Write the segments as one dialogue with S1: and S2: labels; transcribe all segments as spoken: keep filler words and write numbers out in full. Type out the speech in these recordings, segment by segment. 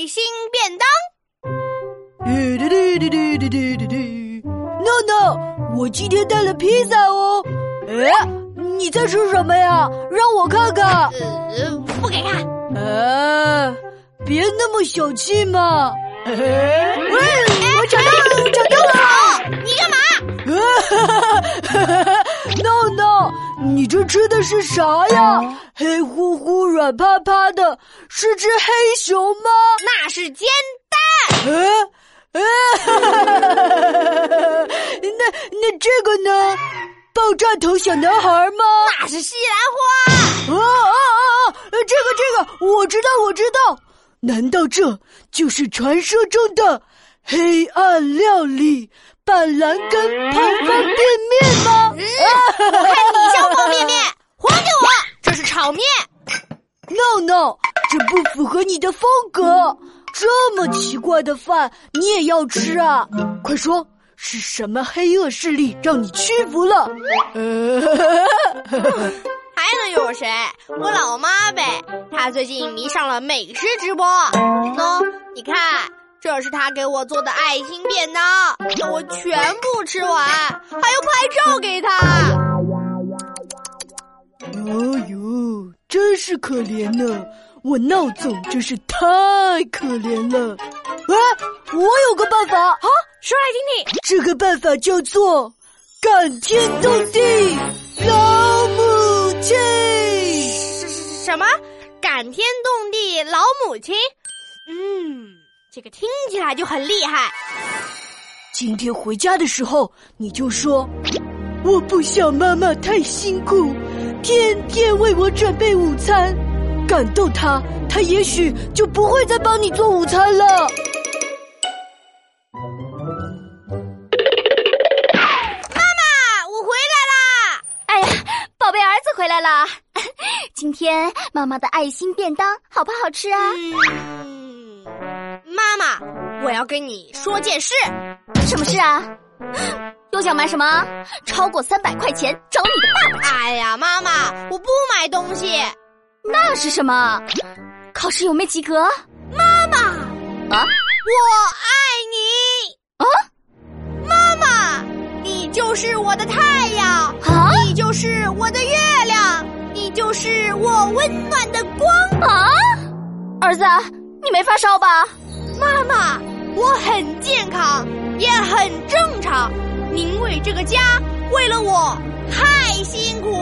S1: 心便当。
S2: 闹闹，我今天带了披萨哦。哎，你在吃什么呀？让我看看。
S1: 呃，不给看。
S2: 啊，别那么小气嘛。喂，我找到了，我找到了！
S1: 你干嘛？
S2: 闹闹，你这吃的是啥呀？黑乎乎、软趴趴的，是只黑熊吗？
S1: 那是煎蛋。
S2: 啊啊！那那这个呢？爆炸头小男孩吗？
S1: 那是西兰花。
S2: 啊啊啊！这个这个，我知道我知道。难道这就是传说中的黑暗料理板蓝根泡方便面吗？
S1: 嗯，我看你像方便面，还给我，这是炒面。
S2: 闹闹，这不符合你的风格，这么奇怪的饭你也要吃啊？快说，是什么黑恶势力让你屈服了？
S1: 还能有谁？我老妈呗，她最近迷上了美食直播。喏，你看，这是她给我做的爱心便当，要我全部吃完，还要拍照给她。
S2: 哦呦，真是可怜呢！我闹总真是太可怜了。哎，我有个办法啊，
S1: 说来听听。
S2: 这个办法叫做感天动地老母亲。
S1: 什么？感天动地老母亲？嗯，这个听起来就很厉害。
S2: 今天回家的时候，你就说，我不想妈妈太辛苦，天天为我准备午餐，感动她，她也许就不会再帮你做午餐了。
S1: 妈妈，我回来啦！
S3: 哎呀，宝贝儿子回来啦！今天妈妈的爱心便当好不好吃啊？
S1: 嗯，妈妈，我要跟你说件事。
S3: 什么事啊？又想买什么？超过三百块钱找你的爸爸去。
S1: 哎呀，妈妈，我不买东西。
S3: 那是什么？考试有没及格？
S1: 妈妈
S3: 啊，
S1: 我爱你
S3: 啊！
S1: 妈妈，你就是我的太阳
S3: 啊，
S1: 你就是我的月亮，你就是我温暖的光
S3: 啊！儿子，你没发烧吧？
S1: 妈妈，我很健康，也很正常。您为这个家，为了我，太辛苦。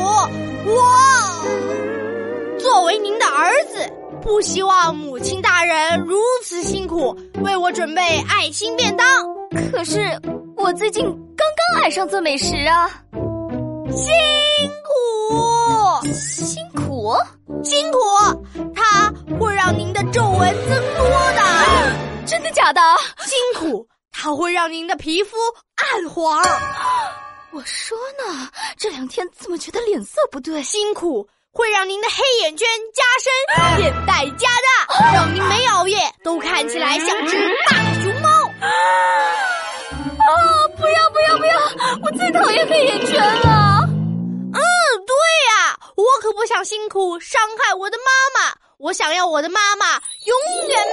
S1: 我作为您的儿子，不希望母亲大人如此辛苦，为我准备爱心便当。
S3: 可是我最近刚刚爱上做美食啊。
S1: 辛苦，
S3: 辛苦，
S1: 辛苦，它会让您的皱纹增多的。
S3: 真的假的？
S1: 辛苦，它会让您的皮肤暗黄。
S3: 我说呢，这两天怎么觉得脸色不对？
S1: 辛苦会让您的黑眼圈加深，眼袋加大，让您没熬夜都看起来像只大熊猫。
S3: 啊！不要不要不要！我最讨厌黑眼圈了。
S1: 嗯，对呀，我可不想辛苦伤害我的妈妈，我想要我的妈妈永远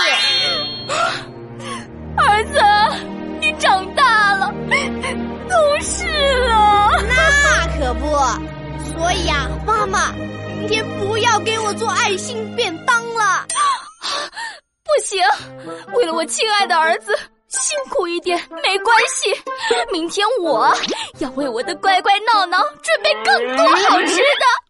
S1: 美丽。
S3: 儿子，你长大了，懂事了。
S1: 那可不，所以呀，妈妈，明天不要给我做爱心便当了。
S3: 不行，为了我亲爱的儿子，辛苦一点没关系。明天我要为我的乖乖闹闹准备更多好吃的。